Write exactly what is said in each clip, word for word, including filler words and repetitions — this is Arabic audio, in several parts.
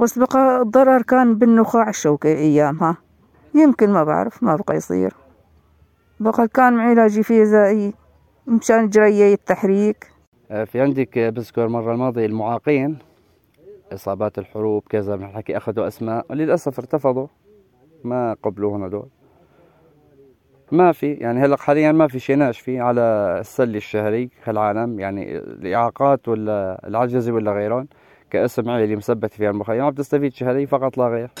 بس بقى الضرر كان بالنخاع الشوكي أيامها، يمكن ما بعرف ما بقى يصير. بقى كان علاجي فيزيائي مشان جريي التحريك. في عندك بذكر مرة الماضية المعاقين إصابات الحروب كذا من الحكي أخذوا أسماء وللأسف ارتفضوا، ما قبلوا هنا دول. ما في يعني هلا حاليا ما في شيء ناشفي على السلي الشهري كالعالم، يعني الإعاقات ولا العجزة ولا غيرهم كاسم عائلي مثبت فيها المخيم عم تستفيد شهري فقط لا غير.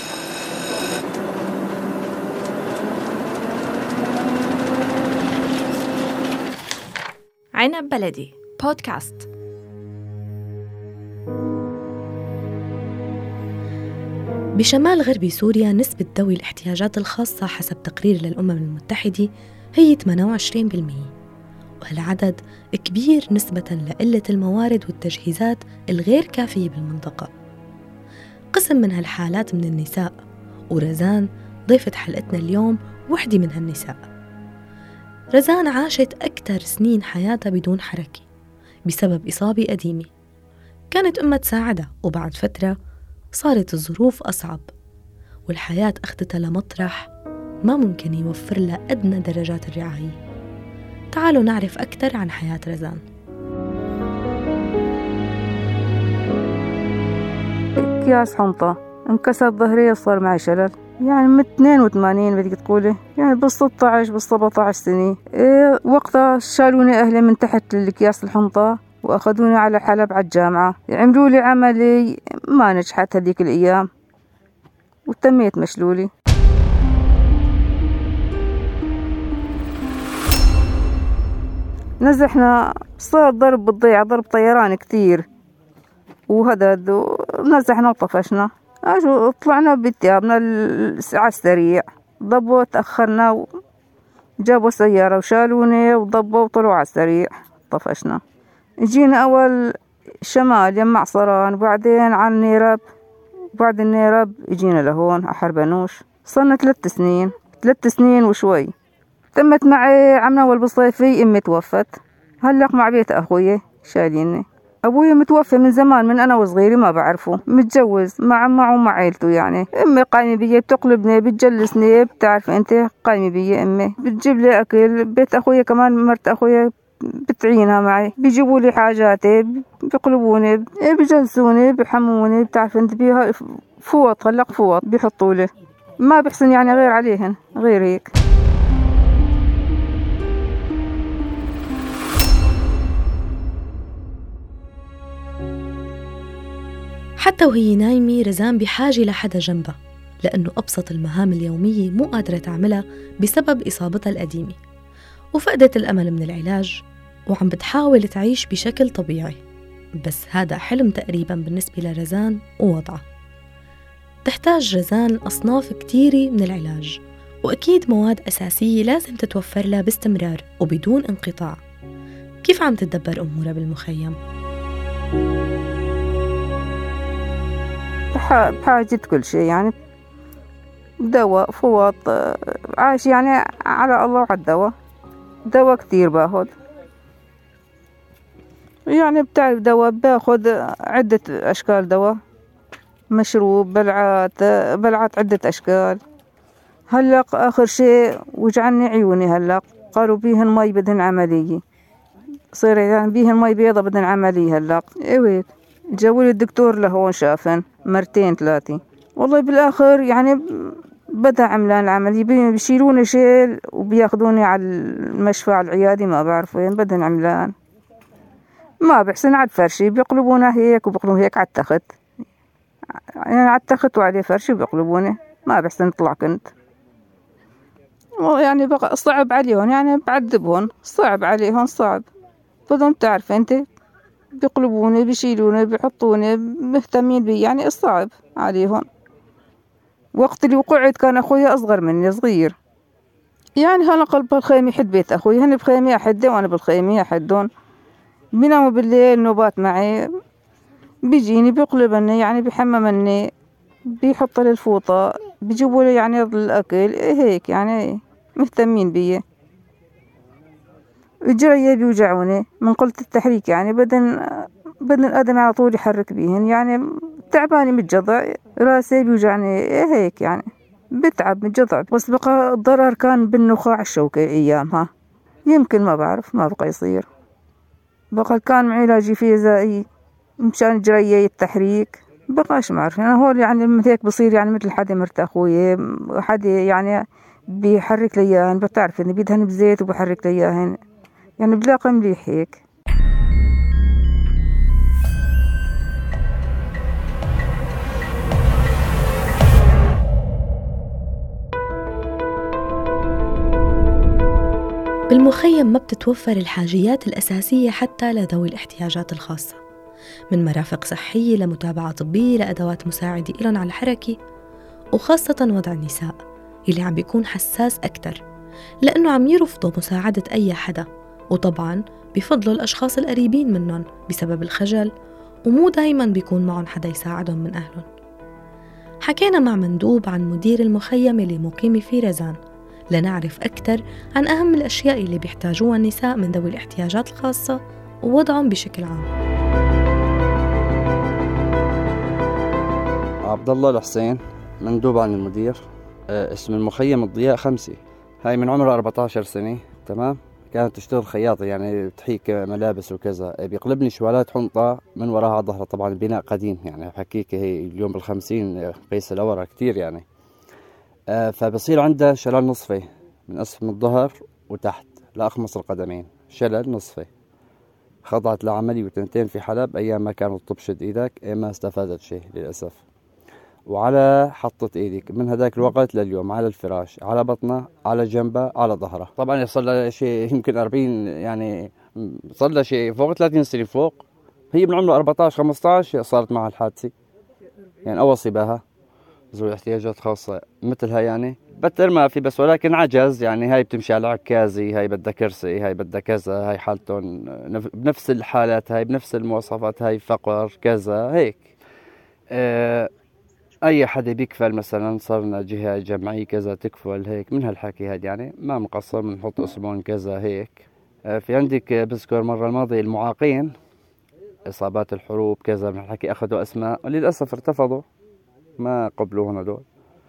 عنب بلدي بودكاست. بشمال غربي سوريا نسبة ذوي الاحتياجات الخاصة حسب تقرير للأمم المتحدة هي ثمانية وعشرين بالمئة، وهالعدد كبير نسبة لقلة الموارد والتجهيزات الغير كافية بالمنطقة. قسم من هالحالات من النساء، ورزان ضيفة حلقتنا اليوم وحدة من هالنساء. رزان عاشت أكثر سنين حياتها بدون حركة بسبب إصابة قديمة، كانت أمها تساعدها، وبعد فترة صارت الظروف أصعب والحياة أخذتها لمطرح ما ممكن يوفر لها أدنى درجات الرعاية. تعالوا نعرف أكثر عن حياة رزان. أكياس حنطة، انكسر ظهري وصار معي شلل، يعني من اثنين وثمانين بدك تقولي، يعني بالستة عشر بالسبعة عشر سنة. إيه وقتها شالوني أهلي من تحت الأكياس الحنطة وأخذوني على حلب على الجامعة، عملوا لي عملي ما نجحت هذيك الأيام وتميت مشلولي. نزحنا، صار ضرب بالضيعة، ضرب طيران كتير وهدد، ونزحنا وطفشنا. أجو طلعنا بثيابنا على السريع، ضبوا تأخرنا وجابوا سيارة وشالوني وضبوا وطلعوا على السريع طفشنا. جينا أول شمال يم عصران، وبعدين على النيرب، وبعد النيرب جينا لهون على حربنوش. صرنا ثلاث سنين ثلاث سنين وشوي. تمت معي عمنا والبصيفي، أمي توفت، هلق مع بيت أخوي شايليني. أبوي متوفى من زمان، من أنا وصغيري ما بعرفه، متجوز مع معه ومع عيلته. يعني أمي قايمة بي، بتقلبني بتجلسني، بتعرف أنت قايمة بي أمي، بتجيب لي أكل. بيت أخوي كمان مرت أخوي بتعينها معي، بيجيبوا لي حاجاتي، بيقلبوني، بيجلسوني، بيحموني، بتعرف أنت بيها فوط، هلق فوط بيحطوا لي، ما بحسن يعني غير عليهن غير هيك. حتى وهي نايمة رزان بحاجة لحدا جنبها، لأنه أبسط المهام اليومية مو قادرة تعملها بسبب إصابتها القديمة، وفقدت الأمل من العلاج وعم بتحاول تعيش بشكل طبيعي. بس هذا حلم تقريبا بالنسبة لرزان ووضعها. تحتاج رزان أصناف كتيرة من العلاج، وأكيد مواد أساسية لازم تتوفر لها باستمرار وبدون انقطاع. كيف عم تتدبر أمورها بالمخيم؟ بحاجة كل شيء، يعني دواء، فوط، عايش يعني على الله وعلى الدواء. دواء كتير باخد، يعني بتعرف دواء باخد عدة أشكال دواء، مشروب، بلعات بلعات عدة أشكال. هلق آخر شيء وجعني عيوني، هلق قالوا بيهن مي بدهن عملية، صير يعني بيهن مي بيضة بدهن عملية. هلق ايوه جابولي الدكتور لهون شافن مرتين ثلاثة، والله بالآخر يعني بدأ عملان العملية، بيشيلوني شيل وبياخدوني على المشفى على العيادة، ما بعرف وين بدهن عملان، ما بحسن عد فرشي، بيقلبونا هيك وبيقلبون هيك على التخت، يعني على التخت وعليه فرشي وبيقلبوني، ما بحسن اطلع كنت. يعني بقى صعب عليهم، يعني بعذبهم، صعب عليهم صعب، بدهم تعرف انت بيقلبوني بيشيلوني بيحطوني، مهتمين بي، يعني الصعب عليهم. وقت اللي وقعت كان أخوي أصغر مني صغير، يعني هلا قلب الخيمة يحد بيت أخوي، هن بخيمة أحده وأنا بالخيمة أحدهم، بيناموا بالليل نوبات معي، بيجيني بيقلبني، يعني بيحممني، بيحط لي الفوطة، بيجيبوا لي يعني الأكل هيك، يعني مهتمين بي. رجلي بيوجعوني من قلة التحريك، يعني بدن بدن الآدم على طول يحرك بيهن، يعني تعبانة من الجضع، راسي بيوجعني هيك يعني، بتعب من الجضع. بس بقى الضرر كان بالنخاع الشوكي أيامها، يمكن ما بعرف ما بقى يصير. بقى كان علاجي فيزيائي مشان جريي التحريك، بقاش ما أعرف. أنا هول يعني مثل هيك بصير يعني مثل حدا مرت أخوي، حدا يعني بيحرك لي يعني، بتعرف إني بيدهن بزيت وبحرك لي إياهن، يعني بلاقي مليح هيك. بالمخيم ما بتتوفر الحاجيات الأساسية حتى لذوي الاحتياجات الخاصة، من مرافق صحية لمتابعة طبية لأدوات مساعدة إلهم على الحركة، وخاصة وضع النساء اللي عم بيكون حساس أكتر لأنه عم يرفضوا مساعدة أي حدا، وطبعاً بفضلوا الأشخاص القريبين منهم بسبب الخجل، ومو دايماً بيكون معهم حدا يساعدهم من أهلهم. حكينا مع مندوب عن مدير المخيم اللي مقيم في رزان لنعرف أكثر عن أهم الأشياء اللي بيحتاجوها النساء من ذوي الاحتياجات الخاصة ووضعهم بشكل عام. عبد الله الحسين، مندوب عن المدير. اسم المخيم الضياء خمسة، هاي من عمرها أربعة عشر سنة. تمام. كانت تشتغل خياطة يعني بتحيك ملابس وكذا. بيقلبني شوالات حنطة من وراها على ظهرها، طبعا البناء قديم يعني بحكيك هي اليوم بالخمسين قيس الأورا كتير يعني. آه فبصير عندها شلل نصفي من أسفل من الظهر وتحت لأخمص القدمين، شلل نصفي. خضعت لعملية وتنتين في حلب أيام ما كانت تبشد إيدك، ما استفادت شيء للأسف. وعلى حطت إيدك من هذاك الوقت لليوم على الفراش، على بطنها، على جنبها، على ظهرها. طبعا صار لها شيء يمكن أربعين يعني، صار لها شيء فوق ثلاثين سنة فوق. هي من عمره أربعة عشر خمسة عشر صارت معها الحادثة يعني، أوصي بها ذوي احتياجات خاصة مثلها يعني. بتر ما في بس، ولكن عجز يعني. هاي بتمشي على عكازي، هاي بدها كرسي، هاي بدها كذا، هاي حالتهم بنفس الحالات، هاي بنفس المواصفات، هاي فقر كذا هيك. اه اي حدا بيكفل مثلا، صرنا جهة جمعية كذا تكفل هيك من هالحكي هاد يعني، ما مقصر بنحط اسمهم كذا هيك. اه في عندك بذكر مرة الماضية المعاقين، اصابات الحروب كذا من هالحكي، اخذوا اسماء للاسف ارتفضوا، ما قبلوا هدول.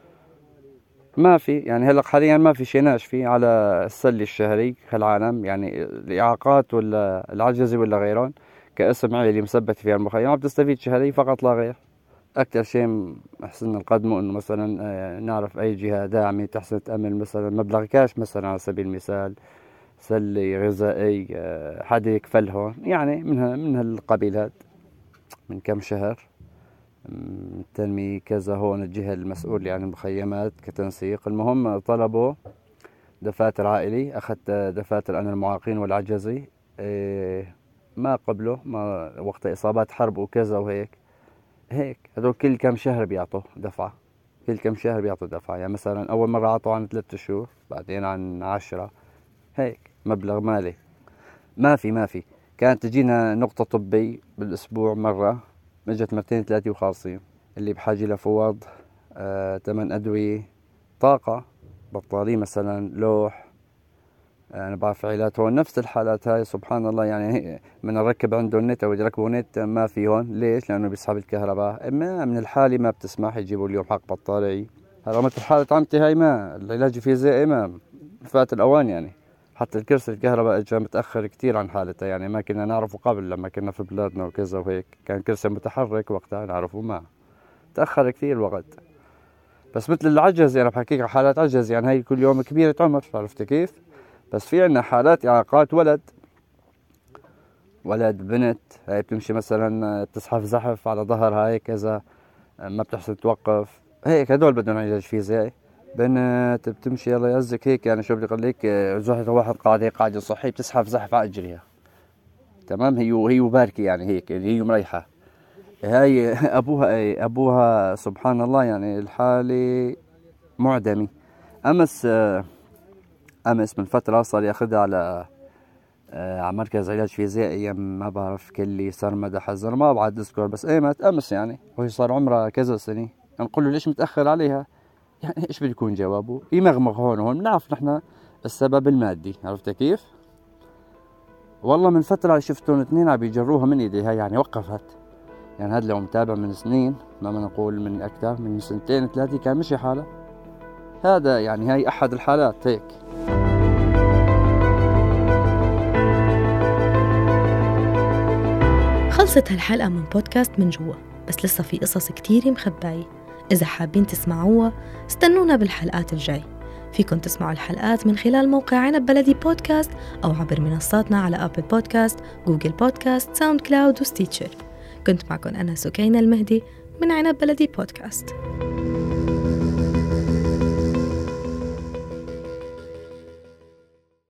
ما في يعني هلا حاليا ما في شيء ناشفي على السلي الشهري هالعالم يعني، الإعاقات ولا العجزة ولا غيرهم كاسم عائلي مثبت فيها المخيم بتستفيد شهري فقط لا غير. أكثر شيء حسنا نقدمه إنه مثلا نعرف أي جهة داعمة تحسن تأمن مثلا مبلغ كاش مثلا على سبيل المثال، سلة غذائي، حدا يكفلهم يعني من من هالقبيل هاد. من كم شهر التنمية كذا هون الجهة المسؤولة عن المخيمات كتنسيق، المهم طلبوا دفاتر عائلي، أخذت دفاتر عن المعاقين والعجزي، إيه ما قبلوا، ما وقت إصابات حرب وكذا وهيك هيك. هذول كل كم شهر بيعطوا دفعة، كل كم شهر بيعطوا دفعة يعني. مثلا أول مرة عطوا عن ثلاثة شهور، بعدين عن عشرة هيك مبلغ مالي. ما في ما في كانت تجينا نقطة طبي بالأسبوع مرة، اجت مرتين ثلاثة وخالصين. اللي بحاجة لفوض، آه، تمن أدوية، طاقة، بطارية مثلا، لوح. أنا يعني بعرف عائلات هون نفس الحالات هاي سبحان الله يعني، من نركب عندهم نت أو يركبوا نت ما في هون. ليش؟ لأنه بيسحب الكهرباء، إما من الحالة ما بتسمح يجيبوا اليوم حق بطارية. هلا مثل حالة عمتي هاي ما العلاج الفيزيائي ما فات الأوان يعني. حتى الكرسي الكهرباء اجى متأخر كتير عن حالته يعني، ما كنا نعرفه قبل لما كنا في بلادنا وكذا وهيك، كان كرسي متحرك وقتها نعرفه، ما تأخر كتير الوقت. بس مثل العجز يعني بحكيك حالات عجز يعني، هي كل يوم كبيرة عمر، عرفت كيف؟ بس في عنا حالات إعاقات ولد ولد بنت، هاي بتمشي مثلا بتزحف زحف على ظهرها هاي كذا، ما بتحسن توقف هيك، هدول بدهم علاج فيزيائي. بنت بتمشي الله يعزك هيك يعني، شو بدي اقول لك، زحف واحد قاعده قاعده صحي بتزحف زحف على اجريها. تمام. هي هي وباركه يعني هيك، هي مريحه. هاي ابوها اي ابوها سبحان الله يعني الحاله معدمه. امس امس من فتره صار ياخذها على على مركز علاج فيزيائي، ما بعرف كلي سرمدة حزر ما بعد اذكر، بس ايمت امس يعني، وهي صار عمرها كذا سنه. نقول له ليش متاخر عليها؟ يعني ايش بده يكون جوابه؟ يمغمغ هون هون. بنعرف نحن السبب المادي، عرفت كيف؟ والله من فترة شفتهم اثنين عم يجروها من ايدي هاي يعني، وقفت يعني هذا لو متابع من سنين، ما نقول من أكثر من سنتين ثلاثة كان مشي حاله. هذا يعني هاي أحد الحالات هيك. خلصت هالحلقة من بودكاست من جوا، بس لسه في قصص كتير مخباية. إذا حابين تسمعوها استنونا بالحلقات الجاي. فيكن تسمعوا الحلقات من خلال موقع عنب بلدي بودكاست أو عبر منصاتنا على أبل بودكاست، جوجل بودكاست، ساوند كلاود وستيتشر. كنت معكم أنا سكينة المهدي من عنب بلدي بودكاست.